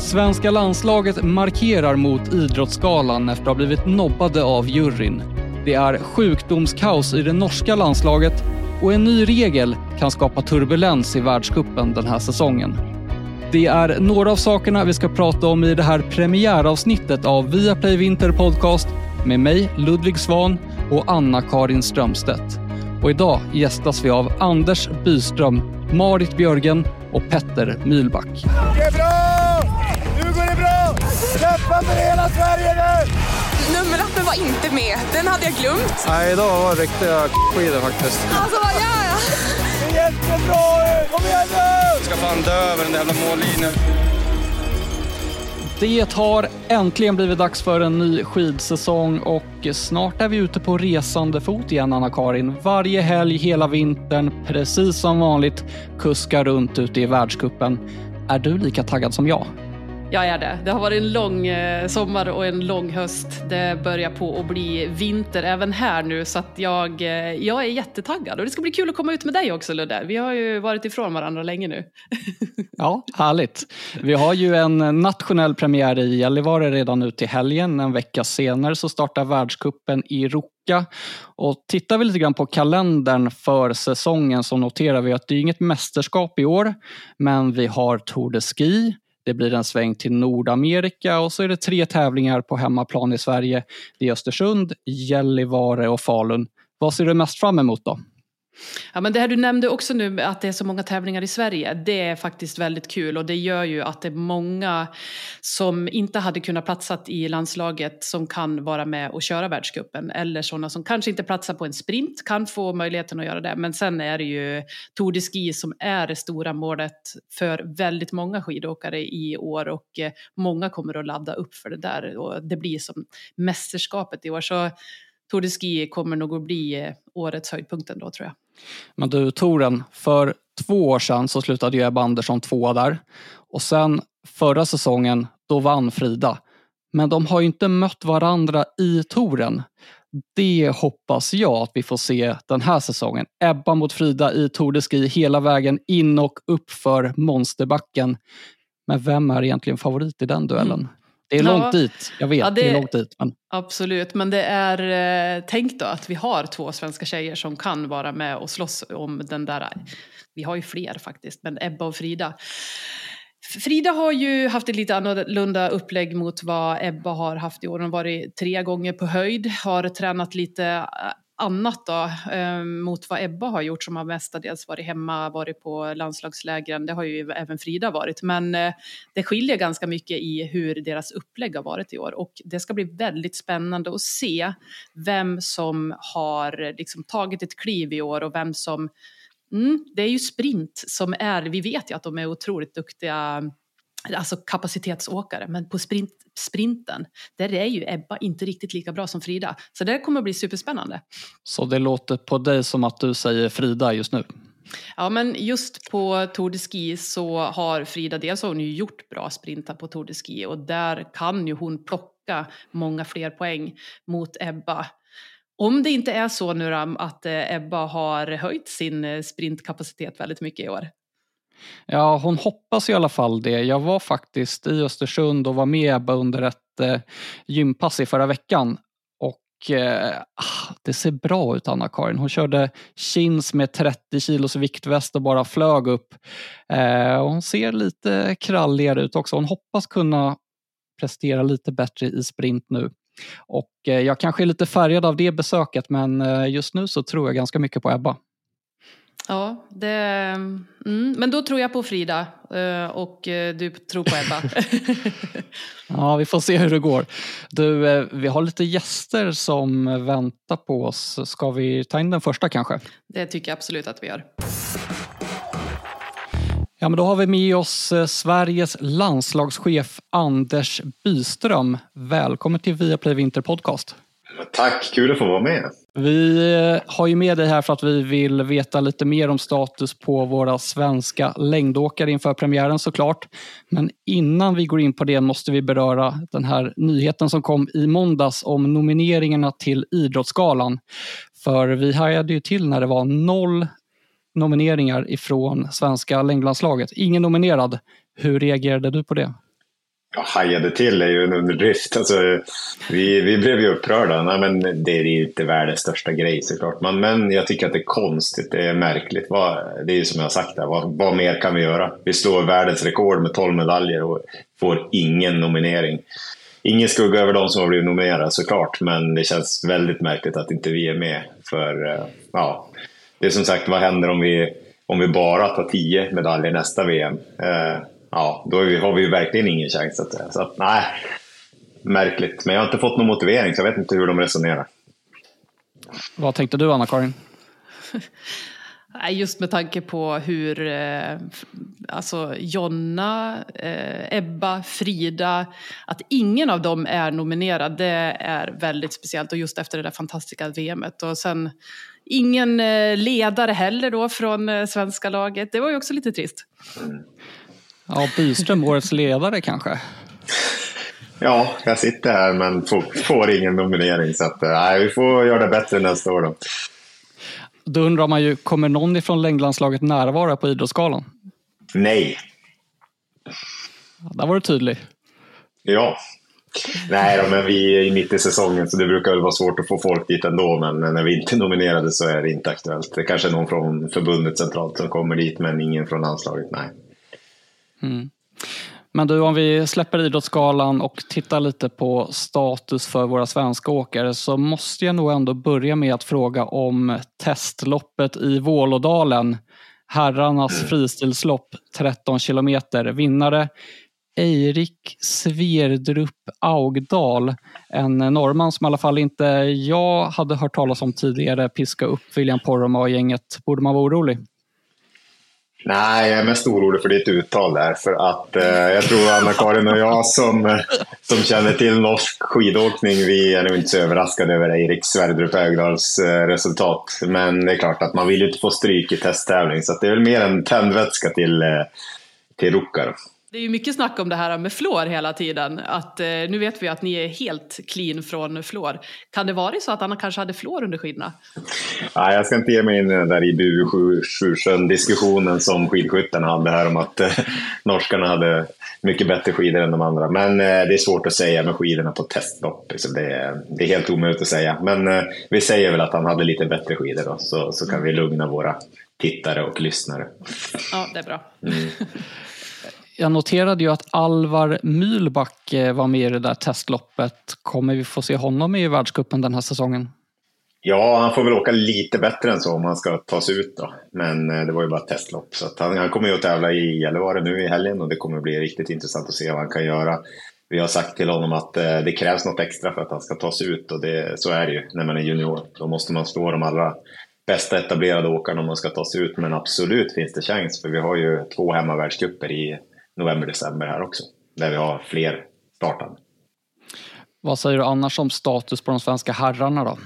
Svenska landslaget markerar mot Idrottsgalan efter att ha blivit nobbade av juryn. Det är sjukdomskaos i det norska landslaget och en ny regel kan skapa turbulens i världscupen den här säsongen. Det är några av sakerna vi ska prata om i det här premiäravsnittet av Viaplay Vinter Podcast med mig, Ludvig Svan, och Anna-Karin Strömstedt. Och idag gästas vi av Anders Byström, Marit Björgen och Petter Mylback. Det är bra! Nu går det bra! Kämpa för hela Sverige nu! Nummerlappen var inte med. Den hade jag glömt. Nej, idag var det riktiga skidor faktiskt. Alltså, vad gör jag? Det är jättebra! Kom igen nu! Jag ska fan dö över den där jävla mållinjen. Det har äntligen blivit dags för en ny skidsäsong och snart är vi ute på resande fot igen, Anna-Karin. Varje helg hela vintern, precis som vanligt, kuskar runt ute i världscupen. Är du lika taggad som jag? Jag är det. Det har varit en lång sommar och en lång höst. Det börjar på att bli vinter även här nu, så att jag är jättetaggad. Och det ska bli kul att komma ut med dig också, Ludde. Vi har ju varit ifrån varandra länge nu. Ja, härligt. Vi har ju en nationell premiär i Gällivare redan nu till helgen. En vecka senare så startar världscupen i Ruka. Och tittar vi lite grann på kalendern för säsongen så noterar vi att det är inget mästerskap i år. Men vi har Tour de Ski. Det blir en sväng till Nordamerika och så är det 3 tävlingar på hemmaplan i Sverige. Det är Östersund, Gällivare och Falun. Vad ser du mest fram emot då? Ja, men det här du nämnde också nu, att det är så många tävlingar i Sverige, det är faktiskt väldigt kul, och det gör ju att det är många som inte hade kunnat platsat i landslaget som kan vara med och köra världscupen, eller sådana som kanske inte platsar på en sprint kan få möjligheten att göra det. Men sen är det ju Tour de Ski som är det stora målet för väldigt många skidåkare i år, och många kommer att ladda upp för det där, och det blir som mästerskapet i år. Så Tour de Ski kommer nog att bli årets höjdpunkten då, tror jag. Men du, touren, för 2 år sedan så slutade ju Ebba Andersson 2 där. Och sen förra säsongen, då vann Frida. Men de har ju inte mött varandra i touren. Det hoppas jag att vi får se den här säsongen. Ebba mot Frida i Tour de Ski hela vägen in och upp för monsterbacken. Men vem är egentligen favorit i den duellen? Det är långt dit, jag vet, ja, det är långt dit. Men... Absolut, men det är tänkt då att vi har 2 svenska tjejer som kan vara med och slåss om den där. Vi har ju fler faktiskt, men Ebba och Frida. Frida har ju haft ett lite annorlunda upplägg mot vad Ebba har haft i år. Hon har varit 3 gånger på höjd, har tränat lite annat då, mot vad Ebba har gjort, som har mestadels varit hemma, varit på landslagslägren. Det har ju även Frida varit, men det skiljer ganska mycket i hur deras upplägg har varit i år, och det ska bli väldigt spännande att se vem som har liksom tagit ett kliv i år och vem som det är ju sprint som är, vi vet ju att de är otroligt duktiga, alltså kapacitetsåkare, men på sprinten, där är ju Ebba inte riktigt lika bra som Frida. Så det kommer att bli superspännande. Så det låter på dig som att du säger Frida just nu? Ja, men just på Tour de Ski så har Frida, dels har hon ju gjort bra sprintar på Tour de Ski, och där kan ju hon plocka många fler poäng mot Ebba. Om det inte är så nu att Ebba har höjt sin sprintkapacitet väldigt mycket i år. Ja, hon hoppas i alla fall det. Jag var faktiskt i Östersund och var med Ebba under ett gympass i förra veckan. Och det ser bra ut, Anna-Karin. Hon körde chins med 30 kilos viktväst och bara flög upp. Och hon ser lite kralligare ut också. Hon hoppas kunna prestera lite bättre i sprint nu. Och jag kanske är lite färgad av det besöket, men just nu så tror jag ganska mycket på Ebba. Ja, men då tror jag på Frida och du tror på Ebba. Ja, vi får se hur det går. Du, vi har lite gäster som väntar på oss. Ska vi ta in den första kanske? Det tycker jag absolut att vi gör. Ja, men då har vi med oss Sveriges landslagschef Anders Byström. Välkommen till Viaplay Vinter Podcast. Tack, kul att få vara med. Vi har ju med dig här för att vi vill veta lite mer om status på våra svenska längdåkare inför premiären såklart. Men innan vi går in på det måste vi beröra den här nyheten som kom i måndags om nomineringarna till Idrottsgalan. För vi hajade ju till när det var 0 nomineringar ifrån svenska längdlandslaget. Ingen nominerad. Hur reagerade du på det? Ja, hajade till är ju en underdrift. Alltså, vi blev ju upprörda. Nej, men det är ju inte världens största grej såklart. Men jag tycker att det är konstigt, det är märkligt. Det är ju som jag har sagt där, vad mer kan vi göra? Vi slår världens rekord med 12 medaljer och får ingen nominering. Ingen skugga över de som har blivit nominerade såklart, men det känns väldigt märkligt att inte vi är med. För ja, det är som sagt, vad händer om vi bara tar 10 medaljer nästa VM? Ja, då har vi ju verkligen ingen chans att säga. Så att, nej, märkligt. Men jag har inte fått någon motivering, så jag vet inte hur de resonerar. Vad tänkte du, Anna-Karin? Just med tanke på hur alltså Jonna, Ebba, Frida, att ingen av dem är nominerad, det är väldigt speciellt. Och just efter det där fantastiska VMet. Och sen ingen ledare heller då från svenska laget. Det var ju också lite trist. Ja, Byström, årets ledare kanske. Ja, jag sitter här men får ingen nominering. Så att, vi får göra det bättre nästa år då. Då undrar man ju, kommer någon ifrån längdlandslaget närvara på Idrottsgalan? Nej. Ja, där var du tydlig. Ja. Nej då, men vi är mitt i säsongen så det brukar väl vara svårt att få folk dit ändå. Men när vi inte är nominerade så är det inte aktuellt. Det är kanske någon från förbundet centralt som kommer dit, men ingen från landslaget, nej. Mm. Men du, om vi släpper Idrottsgalan och tittar lite på status för våra svenska åkare, så måste jag nog ändå börja med att fråga om testloppet i Vålådalen. Herrarnas fristilslopp, 13 kilometer. Vinnare Eirik Sverdrup Augdal. En norrman som i alla fall inte jag hade hört talas om tidigare, piska upp William Poromaa och gänget. Borde man vara orolig? Nej, jag är mest orolig för ditt uttal där. För att jag tror Anna-Karin och jag som känner till norsk skidåkning, vi är nog inte så överraskade över Eirik Sverdrup Augdals resultat. Men det är klart att man vill ju inte få stryk i testtävling. Så att det är väl mer en tändvätska till Ruka. Det är ju mycket snack om det här med fluor hela tiden. Att, nu vet vi att ni är helt clean från fluor. Kan det vara så att Anna kanske hade fluor under skidorna? Nej, jag ska inte ge mig in där i BU7-diskussionen som skidskyttarna hade här om att norskarna hade mycket bättre skidor än de andra. Men det är svårt att säga med skidorna på testlopp. Så det är helt omöjligt att säga. Men vi säger väl att han hade lite bättre skidor då, så kan vi lugna våra tittare och lyssnare. Ja, det är bra. Mm. Jag noterade ju att Alvar Mühlback var med i det där testloppet. Kommer vi få se honom i världscupen den här säsongen? Ja, han får väl åka lite bättre än så om han ska ta sig ut då. Men det var ju bara ett testlopp. Så att han kommer ju att tävla i Gällivare nu i helgen och det kommer bli riktigt intressant att se vad han kan göra. Vi har sagt till honom att det krävs något extra för att han ska ta sig ut och så är det ju när man är junior. Då måste man slå de allra bästa etablerade åkarna om man ska ta sig ut. Men absolut finns det chans, för vi har ju 2 hemmavärldscuper i november-december här också, där vi har fler startande. Vad säger du annars om status på de svenska herrarna då?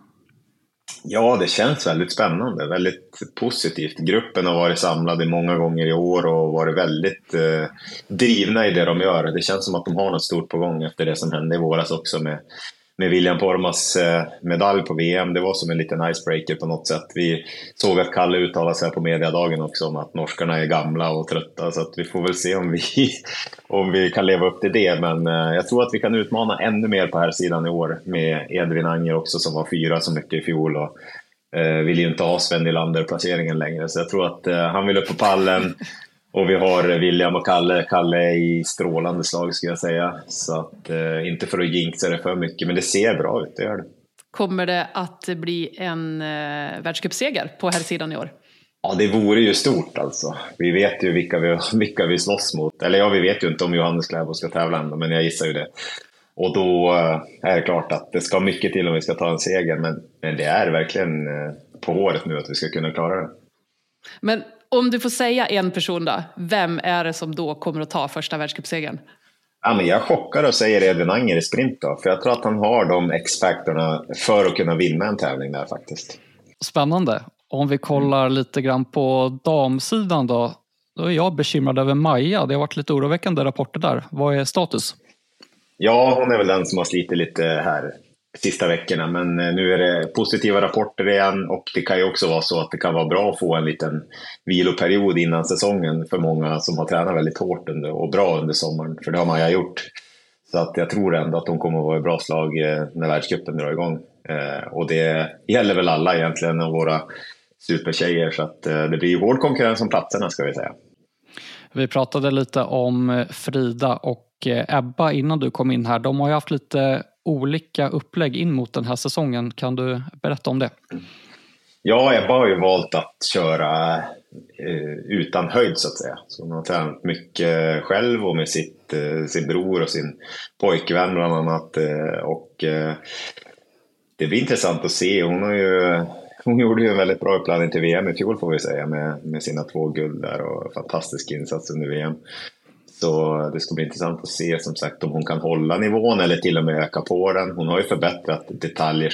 Ja, det känns väldigt spännande, väldigt positivt. Gruppen har varit samlade många gånger i år och varit väldigt drivna i det de gör. Det känns som att de har något stort på gång efter det som hände i våras också med William Poromaas medalj på VM. Det var som en liten icebreaker på något sätt. Vi såg att Kalle uttalade sig på mediadagen också om att norskarna är gamla och trötta. Så att vi får väl se om vi kan leva upp till det. Men jag tror att vi kan utmana ännu mer på här sidan i år. Med Edvin Anger också som var 4 så mycket i fjol. Och vill ju inte ha Sven Nylander-placeringen längre. Så jag tror att han vill upp på pallen. Och vi har William och Kalle i strålande slag skulle jag säga. Så att, inte för att jinxa det för mycket, men det ser bra ut, det gör det. Kommer det att bli en världscupseger på här sidan i år? Ja, det vore ju stort alltså. Vi vet ju vilka vi slåss mot. Eller ja, vi vet ju inte om Johannes Kläbo ska tävla ändå, men jag gissar ju det. Och då är det klart att det ska mycket till om vi ska ta en seger. Men det är verkligen på håret nu att vi ska kunna klara det. Men om du får säga en person då, vem är det som då kommer att ta första världscupsegern? Ja, men jag chockar och säger Edvin Anger i sprint då. För jag tror att han har de X-faktorna för att kunna vinna en tävling där faktiskt. Spännande. Om vi kollar lite grann på damsidan då är jag bekymrad över Maja. Det har varit lite oroväckande rapporter där. Vad är status? Ja, hon är väl den som har slitit lite här sista veckorna. Men nu är det positiva rapporter igen, och det kan ju också vara så att det kan vara bra att få en liten viloperiod innan säsongen för många som har tränat väldigt hårt och bra under sommaren, för det har man ju gjort. Så att jag tror ändå att de kommer att vara i bra slag när världscupen drar igång. Och det gäller väl alla egentligen av våra supertjejer, så att det blir hård konkurrens om platserna, ska vi säga. Vi pratade lite om Frida och Ebba innan du kom in här. De har ju haft lite olika upplägg in mot den här säsongen. Kan du berätta om det? Ja, Ebba har ju valt att köra utan höjd, så att säga. Så hon har tränat mycket själv och med sin bror och sin pojkvän bland annat. Och det blir intressant att se. Hon gjorde ju en väldigt bra uppladdning till VM i fjol, får vi säga, med sina 2 guld där och fantastisk insats under VM. Så det ska bli intressant att se, som sagt, om hon kan hålla nivån eller till och med öka på den. Hon har ju förbättrat detaljer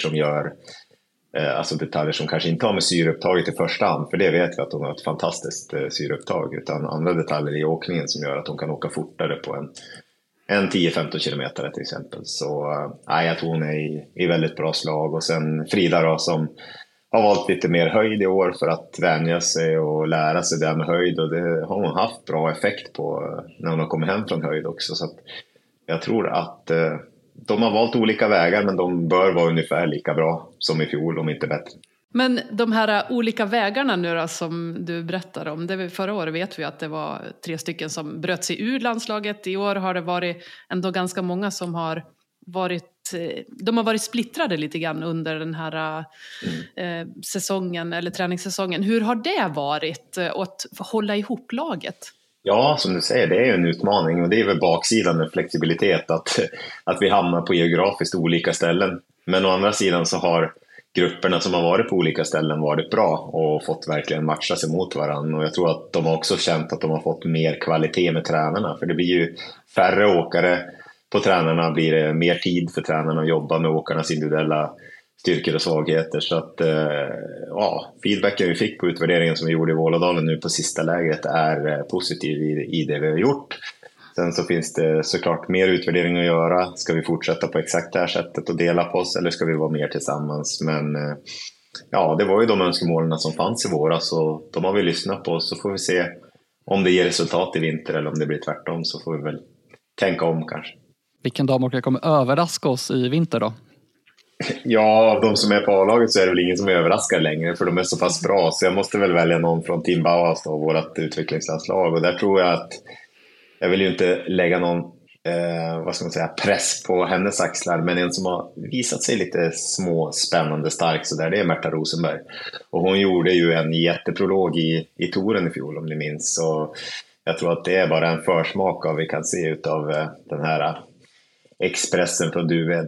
som kanske inte har med syreupptaget i första hand, för det vet vi att hon har ett fantastiskt syreupptag, utan andra detaljer i åkningen som gör att hon kan åka fortare på en 10-15 kilometer till exempel. Så jag tror hon är i väldigt bra slag. Och sen Frida då, som har valt lite mer höjd i år för att vänja sig och lära sig det med höjd, och det har hon haft bra effekt på när hon har kommit hem från höjd också. Så att jag tror att de har valt olika vägar, men de bör vara ungefär lika bra som i fjol, om inte bättre. Men de här olika vägarna nu då, som du berättar om, förra året vet vi att det var 3 stycken som bröt sig ur landslaget. I år har det varit ändå ganska många som har varit splittrade lite grann under den här säsongen eller träningssäsongen. Hur har det varit att hålla ihop laget? Ja, som du säger, det är ju en utmaning, och det är väl baksidan med flexibilitet, att vi hamnar på geografiskt olika ställen. Men å andra sidan så har grupperna som har varit på olika ställen varit bra och fått verkligen matcha sig mot varandra. Och jag tror att de har också känt att de har fått mer kvalitet med tränarna, för det blir ju färre åkare på tränarna, blir det mer tid för tränarna att jobba med åkarnas individuella styrkor och svagheter. Så att feedbacken vi fick på utvärderingen som vi gjorde i Vålådalen nu på sista lägret är positiv i det vi har gjort. Sen så finns det såklart mer utvärdering att göra. Ska vi fortsätta på exakt det här sättet och dela på oss, eller ska vi vara mer tillsammans? Men det var ju de önskemålen som fanns i våras, så de har vi lyssnat på. Så får vi se om det ger resultat i vinter eller om det blir tvärtom, så får vi väl tänka om kanske. Vilken damåkare kommer överraska oss i vinter då? Ja, av de som är på A-laget så är det väl ingen som är överraskad längre, för de är så pass bra. Så jag måste väl välja någon från Team Bauhaus och vårt utvecklingslandslag. Och där tror jag att jag vill ju inte lägga någon press på hennes axlar, men en som har visat sig lite spännande stark så där, det är Märta Rosenberg. Och hon gjorde ju en jätteprolog i touren i fjol, om ni minns. Så jag tror att det är bara en försmak av vi kan se utav den här Expressen från Duved.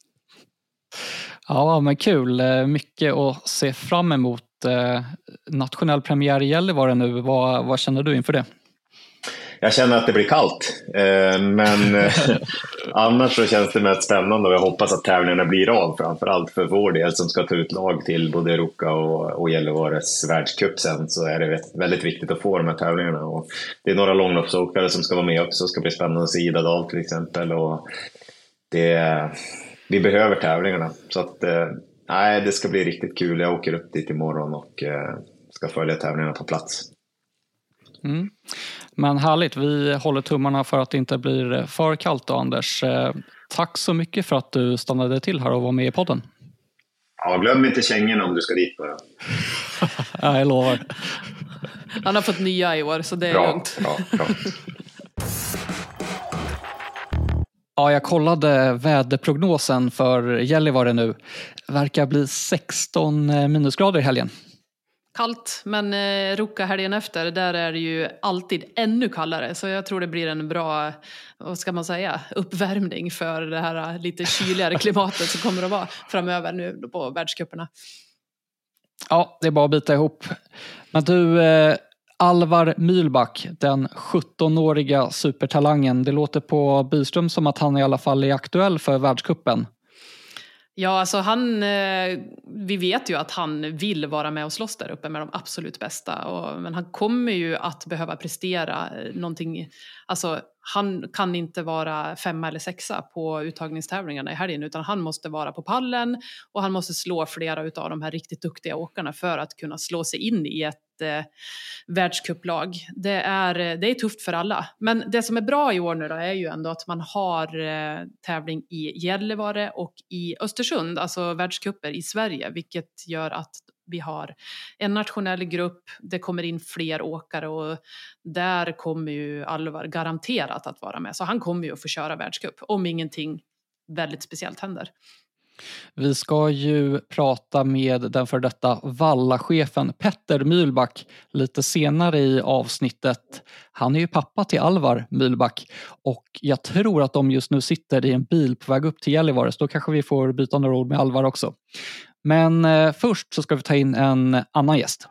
Ja, men kul. Mycket att se fram emot. Nationell premiär i Gällivare nu. Vad känner du inför det? Jag känner att det blir kallt, men annars så känns det mest spännande, och jag hoppas att tävlingarna blir av, framförallt för vår del som ska ta ut lag till både Ruka och Gällivares världscup sen, så är det väldigt viktigt att få de här tävlingarna. Och det är några långloppsåkare som ska vara med också, det ska bli spännande att se Ida Dahl till exempel, och vi behöver tävlingarna, så att det ska bli riktigt kul. Jag åker upp dit imorgon och ska följa tävlingarna på plats. Mm. Men härligt, vi håller tummarna för att det inte blir för kallt då, Anders. Tack så mycket för att du stannade till här och var med i podden. Ja, glöm inte kängorna om du ska dit bara. Ja, jag lovar. Han har fått nya i år, så det är lugnt. Bra. Ja, jag kollade väderprognosen för Gällivare nu. Verkar bli 16 minusgrader i helgen. Kallt, men Ruka helgen efter, där är det ju alltid ännu kallare. Så jag tror det blir en bra, uppvärmning för det här lite kyligare klimatet som kommer att vara framöver nu på världscuperna. Ja, det är bara att bita ihop. Men du, Alvar Mühlbach, den 17-åriga supertalangen. Det låter på Byström som att han i alla fall är aktuell för världscupen. Ja, alltså vi vet ju att han vill vara med och slåss där uppe med de absolut bästa. Men han kommer ju att behöva prestera någonting. Alltså, han kan inte vara 5 eller 6 på uttagningstävlingarna i helgen, utan han måste vara på pallen och han måste slå flera av de här riktigt duktiga åkarna för att kunna slå sig in i ett världscuplag. Det är tufft för alla. Men det som är bra i år nu då är ju ändå att man har tävling i Gällivare och i Östersund, alltså världscuper i Sverige, vilket gör att vi har en nationell grupp, det kommer in fler åkare och där kommer ju Alvar garanterat att vara med. Så han kommer ju att få köra världscup om ingenting väldigt speciellt händer. Vi ska ju prata med den för detta Valla-chefen Petter Mühlback lite senare i avsnittet. Han är ju pappa till Alvar Mühlback och jag tror att de just nu sitter i en bil på väg upp till Gällivare, så då kanske vi får byta några ord med Alvar också. Men först så ska vi ta in en annan gäst.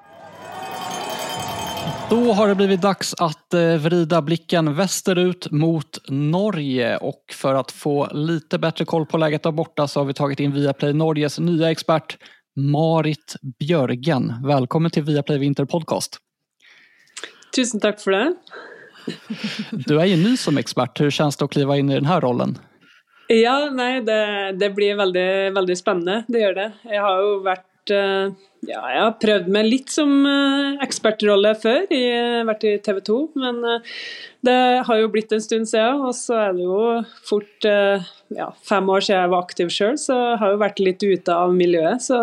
Då har det blivit dags att vrida blicken västerut mot Norge, och för att få lite bättre koll på läget där borta så har vi tagit in Viaplay Norges nya expert Marit Björgen. Välkommen till Viaplay Vinterpodcast. Tusen tack för det. Du är ju ny som expert. Hur känns det att kliva in i den här rollen? Ja, nej, det blir väldigt, väldigt spännande. Det gör det. Jag har ju varit jag har prøvd meg litt som ekspertrolle før. Jeg har vært i TV 2, men det har jo blitt en stund siden, og så er det jo fort 5 år siden jeg var aktiv selv, så jeg har jo vært litt ute av miljøet, så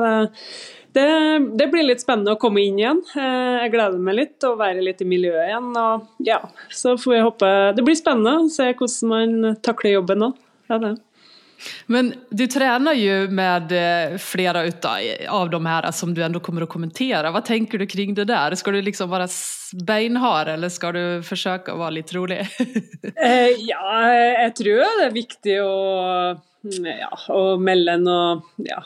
det blir litt spennende å komme inn igjen. Jeg gleder meg litt å være litt i miljøet igjen, og ja, så får jeg håpe det blir spennende å se hvordan man takler jobben nå. Ja, det. Men du tränar ju med flera av de här som du ändå kommer att kommentera. Vad tänker du kring det där? Ska du liksom vara beinhard eller ska du försöka vara lite rolig? Ja, jag tror det är viktigt att melde noe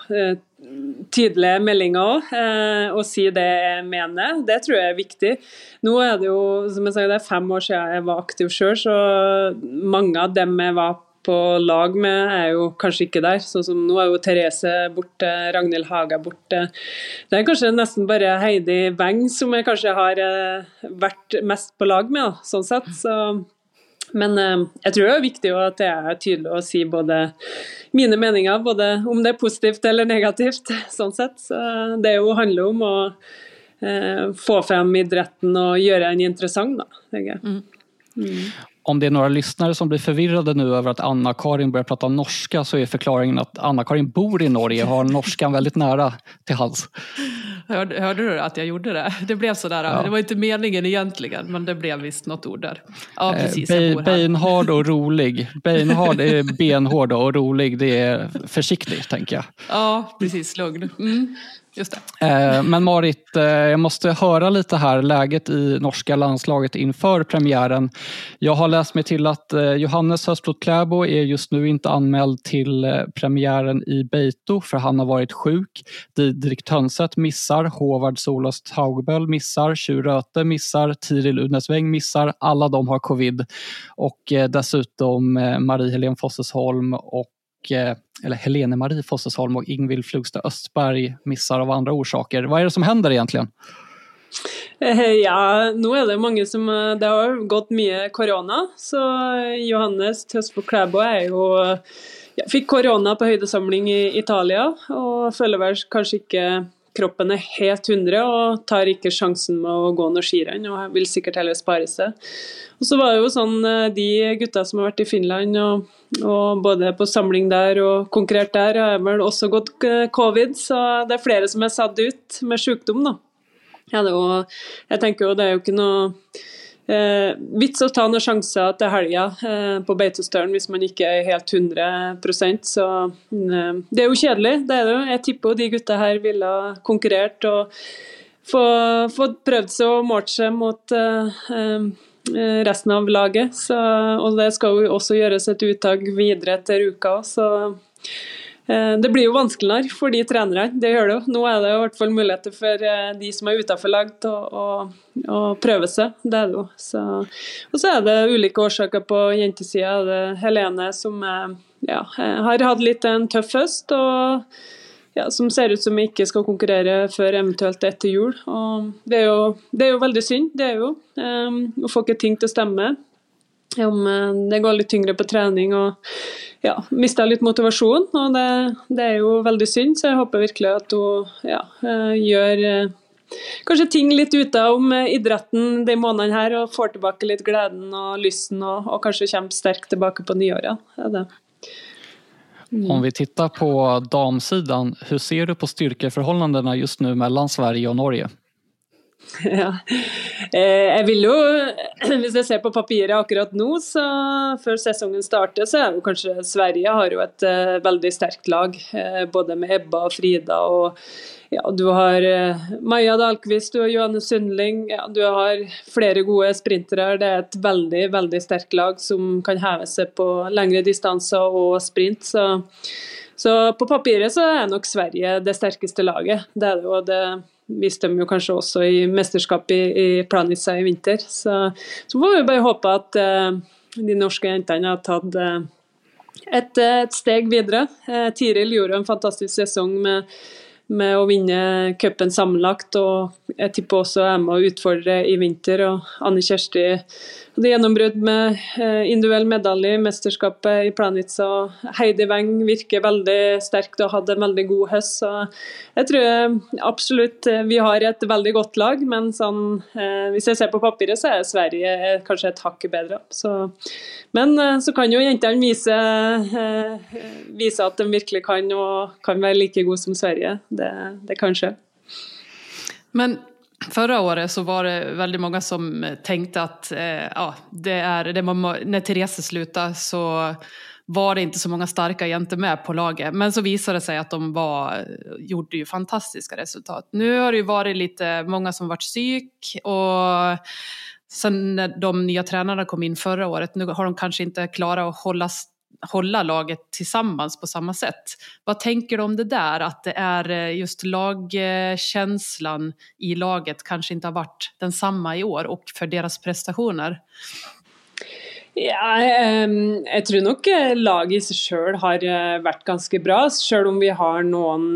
tydelige meldinger og si det jeg mener. Det tror jeg er viktig. Nå er det jo, som jeg sa, det er 5 år siden jeg var aktiv selv, så mange av dem jeg var på lag med er jo kanskje ikke der, sånn som nå er jo Therese borte, Ragnhild Haga borte. Det er kanskje nesten bare Heidi Weng som jeg kanskje har vært mest på lag med, da, sånn sett. Så, men jeg tror det er viktig at jeg er tydelig å si både mine meninger, både om det er positivt eller negativt, sånn sett. Så det jo handler om å få frem idretten og gjøre den interessant, da, tenker jeg. Om det är några lyssnare som blir förvirrade nu över att Anna-Karin börjar prata norska, så är förklaringen att Anna-Karin bor i Norge och har norskan väldigt nära till hals. Hörde du att jag gjorde det? Det blev sådär, ja. Det var inte meningen egentligen, men det blev visst något ord där. Ja, precis. Benhård och rolig. Benhård är benhård och rolig, det är försiktigt, tänker jag. Ja, precis. Lugn. Just det. Men Marit, jag måste höra lite här läget i norska landslaget inför premiären. Jag har läst mig till att Johannes Hösplot Klæbo är just nu inte anmäld till premiären i Beito för han har varit sjuk. Didrik Tönset missar, Håvard Solöst Haugböll missar, Tjur Röte missar, Tiril Udnesväng missar. Alla de har covid. Och dessutom Marie-Helene Fossesholm eller Helene Marie Fossesholm och Ingvild Flugstad Östberg missar av andra orsaker. Vad är det som händer egentligen? Ja, nu är det många som det har gått mycket corona, så Johannes Hösplot Klæbo är ju fick corona på höjdesamling i Italien och føler väl kanske inte kroppen är helt 100 och tar inte chansen med att gå någon skirenn och vill säkert heller spara sig. Och så var det ju sån de gutta som har varit i Finland och både på samling där och konkurrert där har väl också gått covid, så det är flera som är satt ut med sjukdom då. Ja, och jag tänker ju det är ju inte något vits att ta några chanser till helga på Beitostølen hvis man inte är helt 100%, så det är ju kedligt, det är det. Jag tippar de gutta här vill ha konkurrert och få prøvd sig och målt sig mot resten av laget, så, och det ska ju också göras ett uttag vidare till uka, så det blir ju vanskeligere för de tränare, det gör det. Nu är det i alla fall möjligheter för de som är utanför laget att pröva sig, det är det. Så och så är det olika orsaker på jentesidan. Det Helene som har hatt litt en tøff høst, og som ser ut som vi ikke skal konkurrere før eventuelt etter jul. Og det er jo veldig synd, det er jo. Å få ikke ting til å stemme. Det går litt tyngre på trening og mistet litt motivasjon, og det er jo veldig synd, så jeg håper virkelig at hun gjør kanskje ting litt ute om idretten de månedene her, og får tilbake litt gleden og lysten, og kanskje kommer sterkt tilbake på nyåret. Det. Om vi tittar på damsidan, hur ser du på styrkeförhållandena just nu mellan Sverige och Norge? Jeg vil jo, hvis jeg ser på papiret akkurat nå, så før sesongen starter, så er jo kanskje Sverige har jo et veldig sterkt lag, både med Ebba og Frida, og du har Maja Dahlqvist, du har Johanne Sundling, du har flere gode sprintere. Det er et veldig, veldig sterkt lag som kan heve seg på lengre distanser og sprint, så på papiret så er nok Sverige det sterkeste laget. Det er det jo, det viste de jo kanskje også i mesterskapet i Planica i vinter. Så får vi bare håpe at de norske jentene har tatt et steg videre. Tiril gjorde en fantastisk sesong med å vinne cupen sammenlagt, og jeg tipper også er med å utfordre i vinter, og Anne Kjersti hadde gjennombrudd med individuell medalje i mesterskapet i Planica, og Heidi Weng virker veldig sterkt og hadde en veldig god høst, så jeg tror absolutt vi har et veldig godt lag, men hvis jeg ser på papiret så er Sverige kanskje et hakk bedre, men så kan jo jentene vise at de virkelig kan og kan være like god som Sverige. Det kan skje. Men förra året så var det väldigt många som tänkte att när Therese slutade så var det inte så många starka jenter med på laget. Men så visade det sig att de gjorde ju fantastiska resultat. Nu har det ju varit lite många som varit syk, och sen när de nya tränarna kom in förra året, nu har de kanske inte klarat att hålla laget tillsammans på samma sätt. Vad tänker du om det där? Att det är just lagkänslan i laget kanske inte har varit densamma i år, och för deras prestationer? Jeg tror nok laget i seg selv har vært ganske bra, selv om vi har noen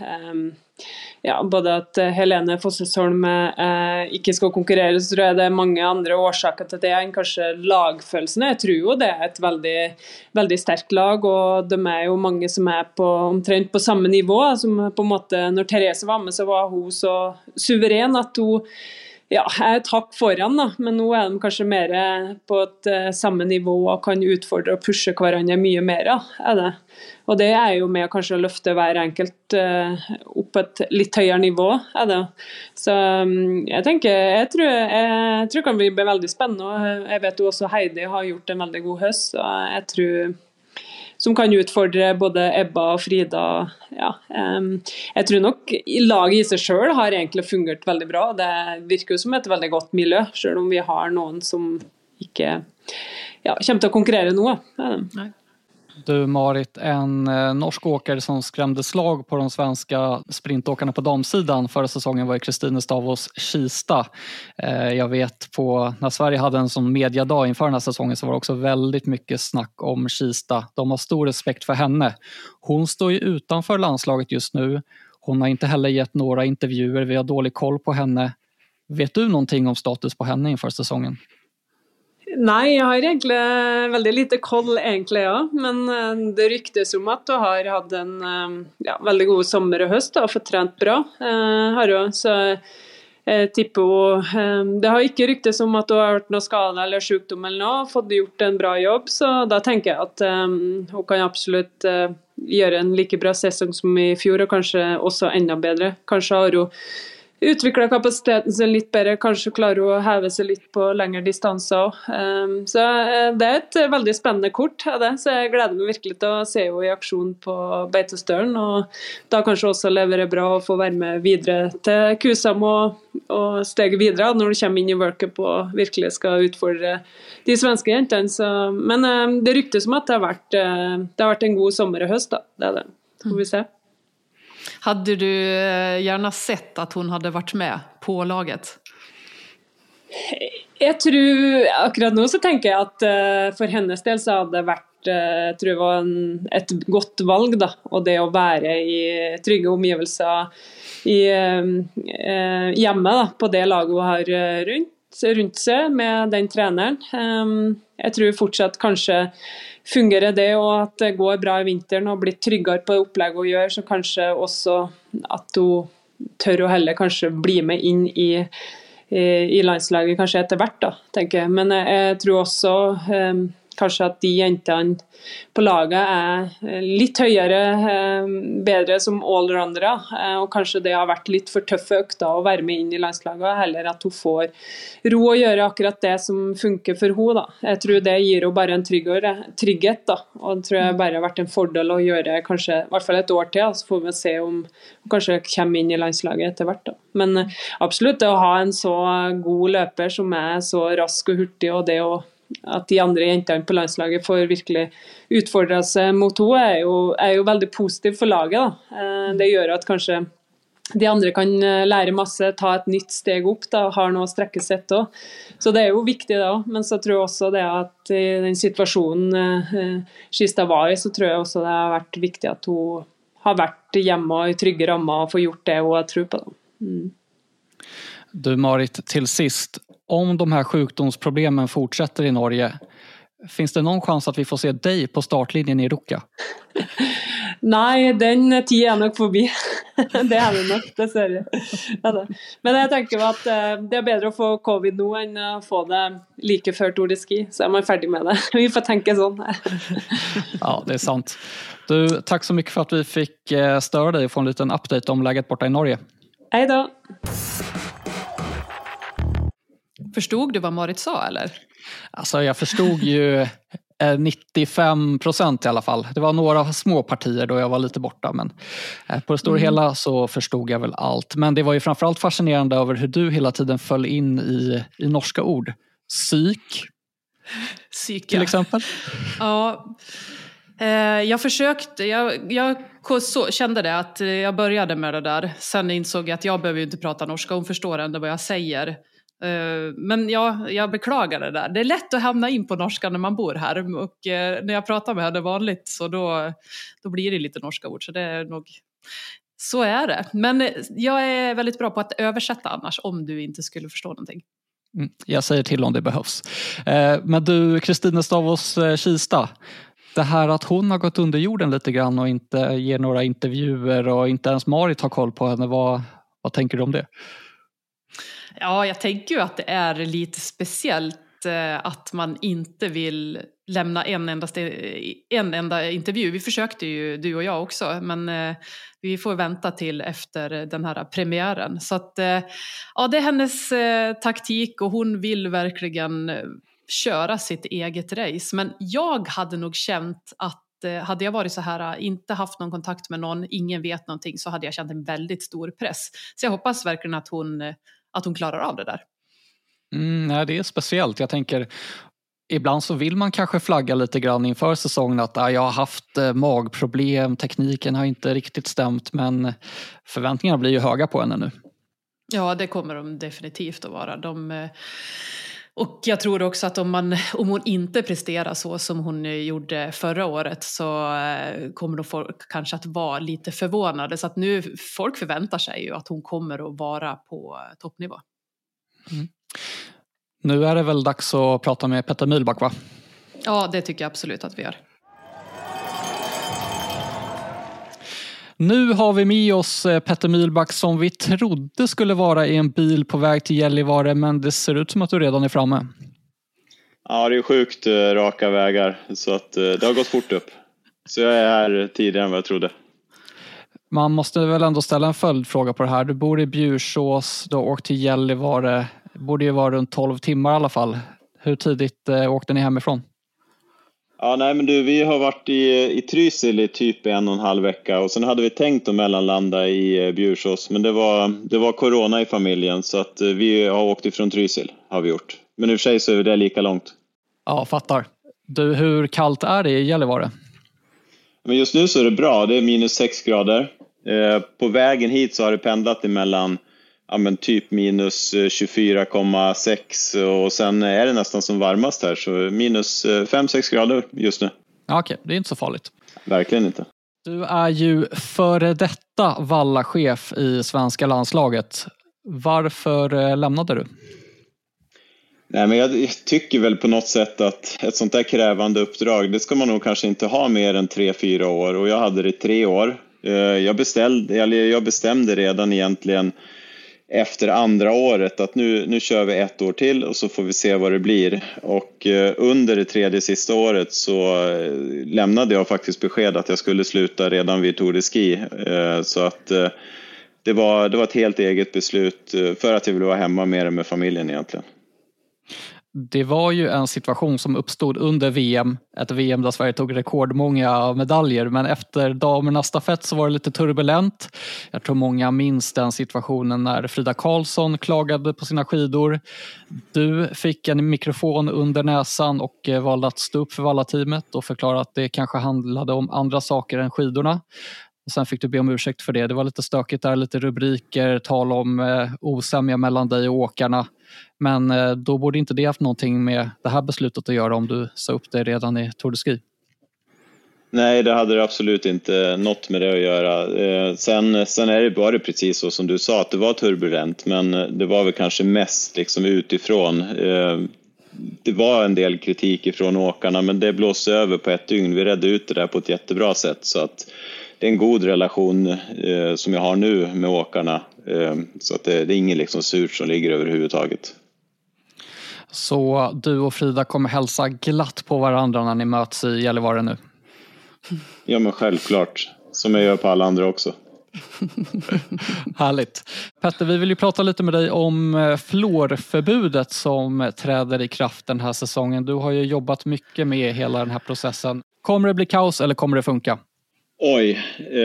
både at Helene Fossesholm ikke skal konkurrere, så tror jeg det er mange andre årsaker til det enn kanskje lagfølelsen. Jeg tror jo det er et veldig, veldig sterkt lag, og de er jo mange som er omtrent på samme nivå, som på en måte, når Therese var med, så var hun så suveren at hun er et hakk foran, da. Men nå er de kanskje mer på et samme nivå og kan utfordre og pushe hverandre mye mer, er det. Og det er jo med å kanskje løfte hver enkelt opp et litt høyere nivå, er det. Så jeg tror det kan bli veldig spennende, og jeg vet jo også Heidi har gjort en veldig god høst, så jeg tror som kan utfordre både Ebba og Frida. Jeg tror nok laget i seg selv har egentlig fungert veldig bra. Det virker jo som et veldig godt miljø, selv om vi har noen som ikke kommer til å konkurrere nå. Nei. Du Marit, en norsk åkare som skrämde slag på de svenska sprintåkarna på damsidan förra säsongen var ju Kristine Stavås Kista. Jag vet när Sverige hade en sån mediadag inför den här säsongen så var det också väldigt mycket snack om Kista. De har stor respekt för henne. Hon står ju utanför landslaget just nu. Hon har inte heller gett några intervjuer. Vi har dålig koll på henne. Vet du någonting om status på henne inför säsongen? Nei, jeg har egentlig veldig lite koll egentlig, men det ryktes om at du har hatt en veldig god sommer og høst og fått trent bra, har du, så jeg tipper det har ikke ryktes om at du har vært noe skade eller sykdom eller noe, fått gjort en bra jobb, så da tenker jeg at hun kan absolutt gjøre en like bra sesong som i fjor, og kanskje også enda bedre. Kanskje har hun utviklet kapasiteten sin litt bedre, kanskje klarer å heve seg litt på lengre distanser. Så det er et veldig spennende kort, så jeg gleder meg virkelig til å se henne i aksjon på Beitostølen, og da kanskje også levere bra og få være med videre til Kusam og stege videre når du kommer inn i World Cup og virkelig skal utfordre de svenske jentene. Men det ryktes som at det har vært en god sommer og høst, da. Det er det. Får vi se. Hade du gärna sett att hon hade varit med på laget? Jag tror akkurat nu så tänker jag att för hennes del så hade det varit tror jag var ett gott valg då, och det att vara i trygga omgivelser i hemma då, på det laget hon har runt sig med den tränaren. Jag tror fortsatt kanske fungerar det, och att det går bra i vintern och blir tryggare på upplägg och gör, så kanske också att hon tør å heller kanske bli med in i landslaget kanske efter vart då, tänker jag. Men jag tror också kanske att de jentene på laget är lite högre, bättre som allroundere, och kanske det har varit lite för tuffa ökter att vara med in i landslaget, eller att hon får ro att göra akkurat det som funkar för henne då. Jag tror det ger henne bara en trygghet då, och tror jag bara har varit en fördel att göra kanske i alla fall ett år till, så får vi se om hon kanske kommer in i landslaget efter vart då. Men absolut, att ha en så god löper som är så rask och hurtig, och det att de andra jentene på landslaget får virkelig utfordre seg mot henne er jo veldig positivt for laget da. Det gjør at kanskje de andre kan lære masse, ta et nytt steg opp da, har noe å strekke seg etter. Så det er jo viktig da, men så tror jeg også det at i den situasjonen Skistad var i, så tror jeg også det har vært viktig at hun har vært hjemme i trygge rammer og får gjort det hun har tro på da. Du Marit, till sist, om de här sjukdomsproblemen fortsätter i Norge, finns det någon chans att vi får se dig på startlinjen i Ruka? Nej, den tiden är nog förbi. Det är det nog, dessvärre. Men jag tänker att det är bättre att få covid nu än att få det lika för Tour de Ski, så är man färdig med det. Vi får tänka sån. Ja, det är sant. Du, tack så mycket för att vi fick störa dig och få en liten update om läget borta i Norge. Hej då! Förstod du vad Marit sa, eller? Alltså jag förstod ju 95% i alla fall. Det var några små partier då jag var lite borta, men på det stora hela så förstod jag väl allt. Men det var ju framförallt fascinerande över hur du hela tiden föll in i norska ord. Psyk till exempel. Ja, jag försökte, jag kände det att jag började med det där. Sen insåg jag att jag behöver ju inte prata norska, hon förstår ändå vad jag säger. Men jag beklagar det där. Det är lätt att hamna in på norska när man bor här, och när jag pratar med henne vanligt så då blir det lite norska ord, så det är nog, så är det. Men jag är väldigt bra på att översätta annars, om du inte skulle förstå någonting. Jag säger till om det behövs. Men du, Kristine Stavås Kista, det här att hon har gått under jorden lite grann och inte ger några intervjuer och inte ens Marit har koll på henne, vad tänker du om det? Ja, jag tänker ju att det är lite speciellt att man inte vill lämna en enda intervju. Vi försökte ju, du och jag också, men vi får vänta till efter den här premiären. Så att ja, det är hennes taktik, och hon vill verkligen köra sitt eget race. Men jag hade nog känt att hade jag varit så här, inte haft någon kontakt med någon, ingen vet någonting, så hade jag känt en väldigt stor press. Så jag hoppas verkligen att hon klarar av det där. Nej, det är speciellt. Jag tänker, ibland så vill man kanske flagga lite grann inför säsongen att jag har haft magproblem, tekniken har inte riktigt stämt, men förväntningarna blir ju höga på henne nu. Ja, det kommer de definitivt att vara. Och jag tror också att om hon inte presterar så som hon gjorde förra året, så kommer de folk kanske att vara lite förvånade. Så att nu folk förväntar sig ju att hon kommer att vara på toppnivå. Nu är det väl dags att prata med Petter Mühlbach, va? Ja, det tycker jag absolut att vi gör. Nu har vi med oss Petter Mühlbach som vi trodde skulle vara i en bil på väg till Gällivare, men det ser ut som att du redan är framme. Ja, det är sjukt raka vägar, så att det har gått fort upp. Så jag är här tidigare än vad jag trodde. Man måste väl ändå ställa en följdfråga på det här. Du bor i Bjursås, du har åkt till Gällivare. Det borde ju vara runt 12 timmar i alla fall. Hur tidigt åkte ni hemifrån? Ja, nej men du, vi har varit i Trysil i typ 1,5 vecka, och sen hade vi tänkt att mellanlanda i Bjursås, men det var corona i familjen, så att vi har åkt ifrån Trysil, har vi gjort. Men i och för sig så är det lika långt. Ja, fattar. Du, hur kallt är det i Gällivare? Men just nu så är det bra, det är -6 grader. På vägen hit så har det pendlat emellan ja, men typ minus 24,6 och sen är det nästan som varmast här, så minus 5-6 grader just nu. Okej, det är inte så farligt. Verkligen inte. Du är ju före detta vallachef i svenska landslaget. Varför lämnade du? Nej, men jag tycker väl på något sätt att ett sånt där krävande uppdrag, det ska man nog kanske inte ha mer än 3-4 år, och jag hade det 3 år. Jag bestämde redan egentligen efter andra året att nu kör vi 1 år till och så får vi se vad det blir. Och under det 3:e sista året så lämnade jag faktiskt besked att jag skulle sluta redan vid Tour de Ski. Så att det var ett helt eget beslut för att jag ville vara hemma mer med familjen egentligen. Det var ju en situation som uppstod under VM, ett VM där Sverige tog rekordmånga medaljer, men efter damernas stafett så var det lite turbulent. Jag tror många minns den situationen när Frida Karlsson klagade på sina skidor. Du fick en mikrofon under näsan och valde att stå upp för Valla-teamet och förklara att det kanske handlade om andra saker än skidorna. Och sen fick du be om ursäkt för det. Det var lite stökigt där, lite rubriker, tal om osämja mellan dig och åkarna. Men då borde inte det haft någonting med det här beslutet att göra om du sa upp det redan i Tour de Ski? Nej, det hade det absolut inte något med det att göra. Sen var det precis så som du sa, att det var turbulent, men det var väl kanske mest liksom utifrån. Det var en del kritik ifrån åkarna, men det blåste över på ett dygn. Vi redde ut det där på ett jättebra sätt, så att det är en god relation som jag har nu med åkarna. Så att det är ingen liksom surt som ligger överhuvudtaget. Så du och Frida kommer hälsa glatt på varandra när ni möts i Gällivare nu? Ja, men självklart. Som jag gör på alla andra också. Härligt. Petter, vi vill ju prata lite med dig om fluorförbudet som träder i kraft den här säsongen. Du har ju jobbat mycket med hela den här processen. Kommer det bli kaos eller kommer det funka? Oj,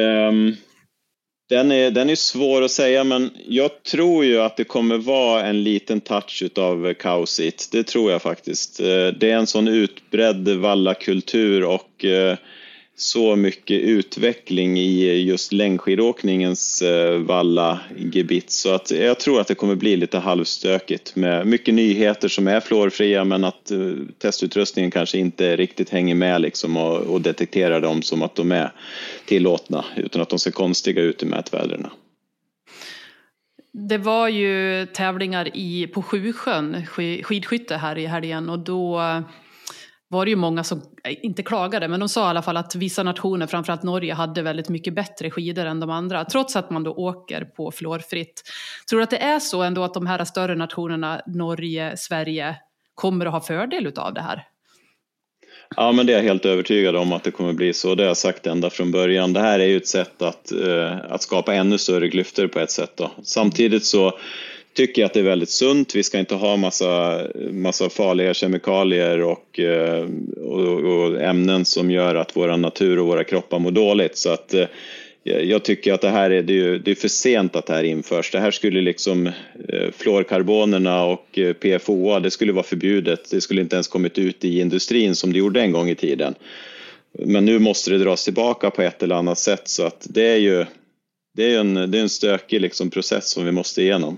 den är svår att säga, men jag tror ju att det kommer vara en liten touch av kaosit. Det tror jag faktiskt. Det är en sån utbredd vallakultur och så mycket utveckling i just längdskidåkningens vallagebit, så att jag tror att det kommer bli lite halvstökigt med mycket nyheter som är fluorfria, men att testutrustningen kanske inte riktigt hänger med liksom och detekterar dem som att de är tillåtna, utan att de ser konstiga ut i mätvärdena. Det var ju tävlingar på Sjusjön, skidskytte här i helgen, och då var det ju många som inte klagade, men de sa i alla fall att vissa nationer, framförallt Norge, hade väldigt mycket bättre skidor än de andra, trots att man då åker på fluorfritt. Tror du att det är så ändå att de här större nationerna, Norge, Sverige, kommer att ha fördel utav det här? Ja, men det är jag helt övertygad om att det kommer bli så. Det har jag sagt ända från början. Det här är ju ett sätt att skapa ännu större klyftor på ett sätt då. Samtidigt så tycker jag att det är väldigt sunt. Vi ska inte ha massa farliga kemikalier och ämnen som gör att våra natur och våra kroppar mår dåligt. Så att jag tycker att det här det är för sent att det här införs. Det här skulle liksom fluorkarbonerna och PFOA, det skulle vara förbjudet. Det skulle inte ens kommit ut i industrin som det gjorde en gång i tiden. Men nu måste det dras tillbaka på ett eller annat sätt, så att det är en stökig liksom process som vi måste igenom.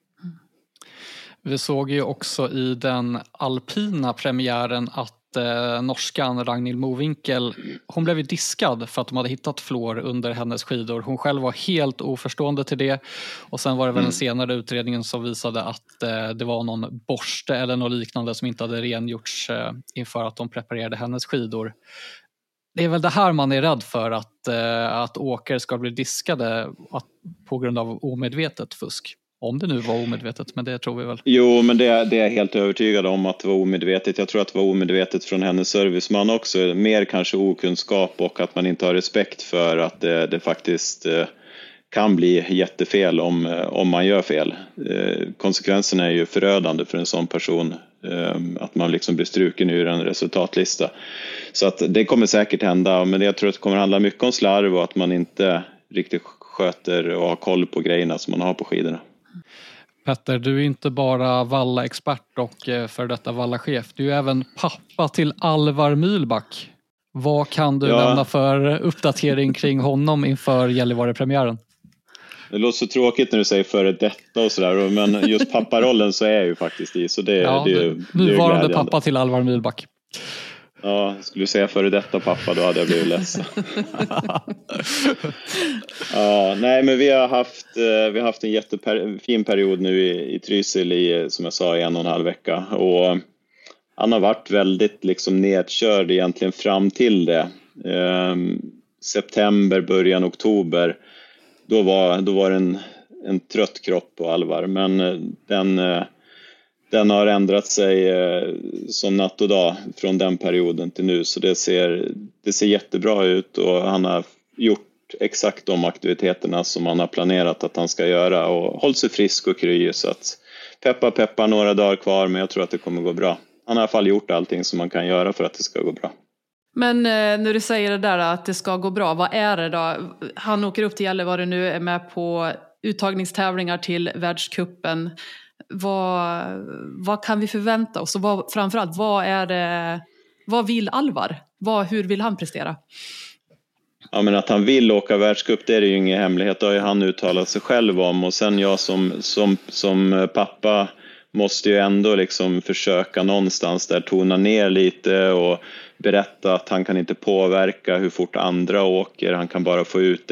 Vi såg ju också i den alpina premiären att norskan Ragnhild Mowinckel, hon blev ju diskad för att de hade hittat fluor under hennes skidor. Hon själv var helt oförstående till det, och sen var det väl den senare utredningen som visade att det var någon borste eller något liknande som inte hade rengjorts inför att de preparerade hennes skidor. Det är väl det här man är rädd för, att åkare ska bli diskade på grund av omedvetet fusk. Om det nu var omedvetet, men det tror vi väl. Jo, men det är jag helt övertygad om att det var omedvetet. Jag tror att det var omedvetet från hennes serviceman också. Mer kanske okunskap och att man inte har respekt för att det faktiskt kan bli jättefel om man gör fel. Konsekvenserna är ju förödande för en sån person. Att man liksom blir struken ur en resultatlista. Så att det kommer säkert hända, men jag tror att det kommer handla mycket om slarv och att man inte riktigt sköter och har koll på grejerna som man har på skidorna. Petter, du är inte bara vallaexpert och för detta vallachef. Du är även pappa till Alvar Mühlbach. Vad kan du lämna för uppdatering kring honom inför Gällivare-premiären? Det låter så tråkigt när du säger före detta och sådär, men just papparollen så är jag ju faktiskt i, så det är ju nuvarande pappa till Alvar Mylback. Ja, skulle du säga före detta pappa, då hade jag blivit ledsen. Ja, nej, men vi har haft en jättefin period nu i Trysil i, som jag sa, 1,5 vecka, och han har varit väldigt liksom nedkörd egentligen fram till det. September, början oktober, då var det en trött kropp på Alvar, men den har ändrat sig som natt och dag från den perioden till nu, så det ser jättebra ut, och han har gjort exakt de aktiviteterna som han har planerat att han ska göra och hållit sig frisk och kry, så att peppa några dagar kvar, men jag tror att det kommer gå bra. Han har i alla fall gjort allting som man kan göra för att det ska gå bra. Men när du säger det där att det ska gå bra, vad är det då? Han åker upp till Gällivare nu, är med på uttagningstävlingar till världscupen. Vad kan vi förvänta oss? Och framförallt, vad vill Alvar? Hur vill han prestera? Ja, men att han vill åka världscup, det är ju ingen hemlighet. Det har ju han uttalat sig själv om. Och sen jag som pappa måste ju ändå liksom försöka någonstans där tona ner lite och berätta att han kan inte påverka hur fort andra åker. Han kan bara få ut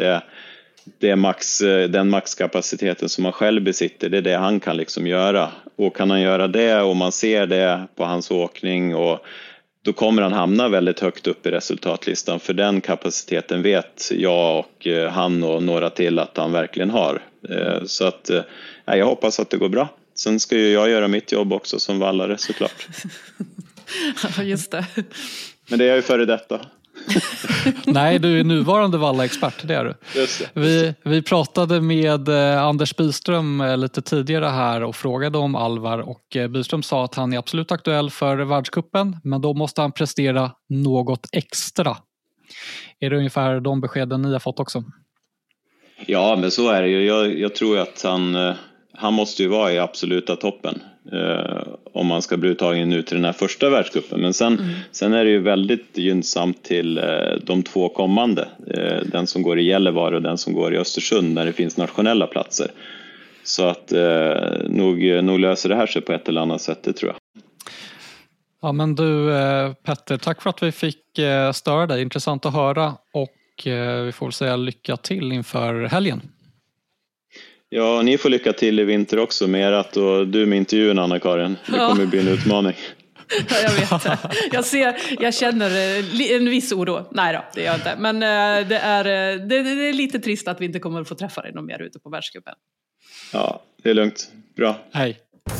den maxkapaciteten som han själv besitter. Det är det han kan liksom göra. Och kan han göra det, och man ser det på hans åkning, och då kommer han hamna väldigt högt upp i resultatlistan. För den kapaciteten vet jag och han och några till att han verkligen har. Så att jag hoppas att det går bra. Sen ska ju jag göra mitt jobb också som vallare, såklart. Ja, just det. Men det är jag ju före detta. Nej, du är nuvarande vallaexpert, det är du. Just det. Vi pratade med Anders Byström lite tidigare här och frågade om Alvar, och Byström sa att han är absolut aktuell för världscupen, men då måste han prestera något extra. Är det ungefär de beskeden ni har fått också? Ja, men så är det ju. Jag tror att han måste ju vara i absoluta toppen om man ska bli uttagen nu till den här första världscupen. Men sen är det ju väldigt gynnsamt till de 2 kommande. Den som går i Gällivare och den som går i Östersund, när det finns nationella platser. Så att nog löser det här sig på ett eller annat sätt, det tror jag. Ja, men du Petter, tack för att vi fick störa dig. Intressant att höra, och vi får väl säga lycka till inför helgen. Ja, ni får lycka till i vinter också med ert, och du med intervjun, Anna-Karin. Det kommer bli en utmaning. Ja, jag vet det. Jag känner en viss oro. Nej då, det gör jag inte. Men det är lite trist att vi inte kommer att få träffa dig någon mer ute på världscupen. Ja, det är lugnt. Bra. Hej.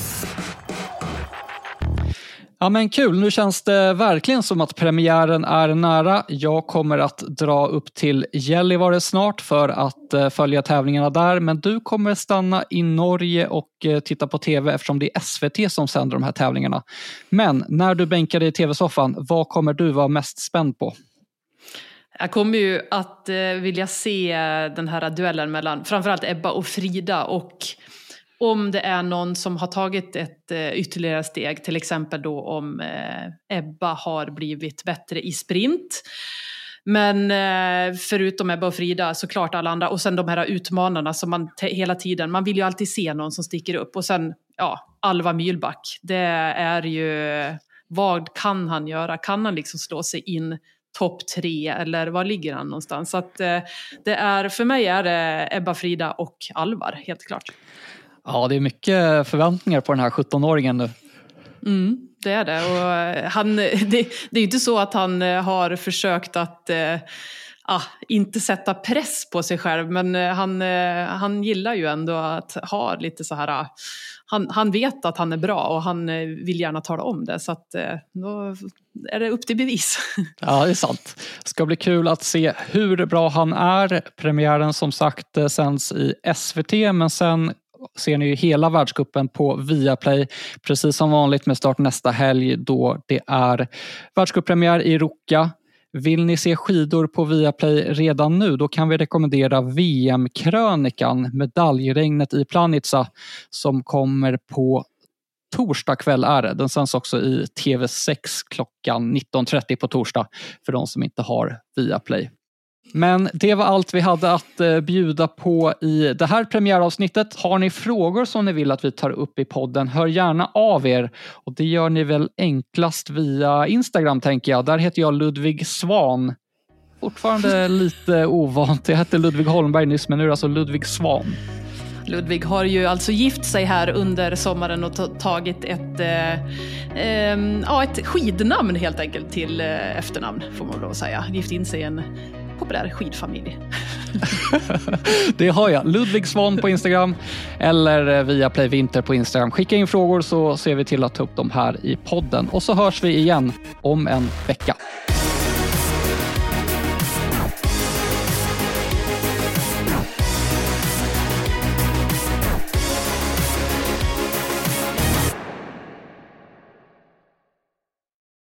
Ja, men kul, nu känns det verkligen som att premiären är nära. Jag kommer att dra upp till Gällivare snart för att följa tävlingarna där. Men du kommer stanna i Norge och titta på tv eftersom det är SVT som sänder de här tävlingarna. Men när du bänkar dig i tv-soffan, vad kommer du vara mest spänd på? Jag kommer ju att vilja se den här duellen mellan framförallt Ebba och Frida, och om det är någon som har tagit ett ytterligare steg, till exempel då om Ebba har blivit bättre i sprint. Men förutom Ebba och Frida, såklart alla andra. Och sen de här utmanarna som man hela tiden, man vill ju alltid se någon som sticker upp. Och sen, Alvar Mylback, det är ju, vad kan han göra? Kan han liksom slå sig in topp 3, eller var ligger han någonstans? Så att för mig är det Ebba, Frida och Alvar, helt klart. Ja, det är mycket förväntningar på den här 17-åringen nu. Det är det. Och det är inte så att han har försökt att inte sätta press på sig själv. Men han gillar ju ändå att ha lite så här. Han vet att han är bra och han vill gärna tala om det. Så att då är det upp till bevis. Ja, det är sant. Det ska bli kul att se hur bra han är. Premiären som sagt sänds i SVT, men sen ser ni ju hela världscupen på Viaplay, precis som vanligt, med start nästa helg då det är världscuppremiär i Ruka. Vill ni se skidor på Viaplay redan nu, då kan vi rekommendera VM-krönikan Medaljregnet i Planica som kommer på torsdag kväll är det. Den sänds också i TV6 klockan 19.30 på torsdag för de som inte har Viaplay. Men det var allt vi hade att bjuda på i det här premiäravsnittet. Har ni frågor som ni vill att vi tar upp i podden, hör gärna av er. Och det gör ni väl enklast via Instagram, tänker jag. Där heter jag Ludvig Svan. Fortfarande lite ovant. Jag hette Ludvig Holmberg nyss, men nu är det alltså Ludvig Svan. Ludvig har ju alltså gift sig här under sommaren och tagit ett skidnamn helt enkelt till efternamn, får man då säga. Gift in sig i en populär skidfamilj. Det har jag. Ludvig Svan på Instagram eller via Playvinter på Instagram. Skicka in frågor så ser vi till att ta upp dem här i podden. Och så hörs vi igen om en vecka.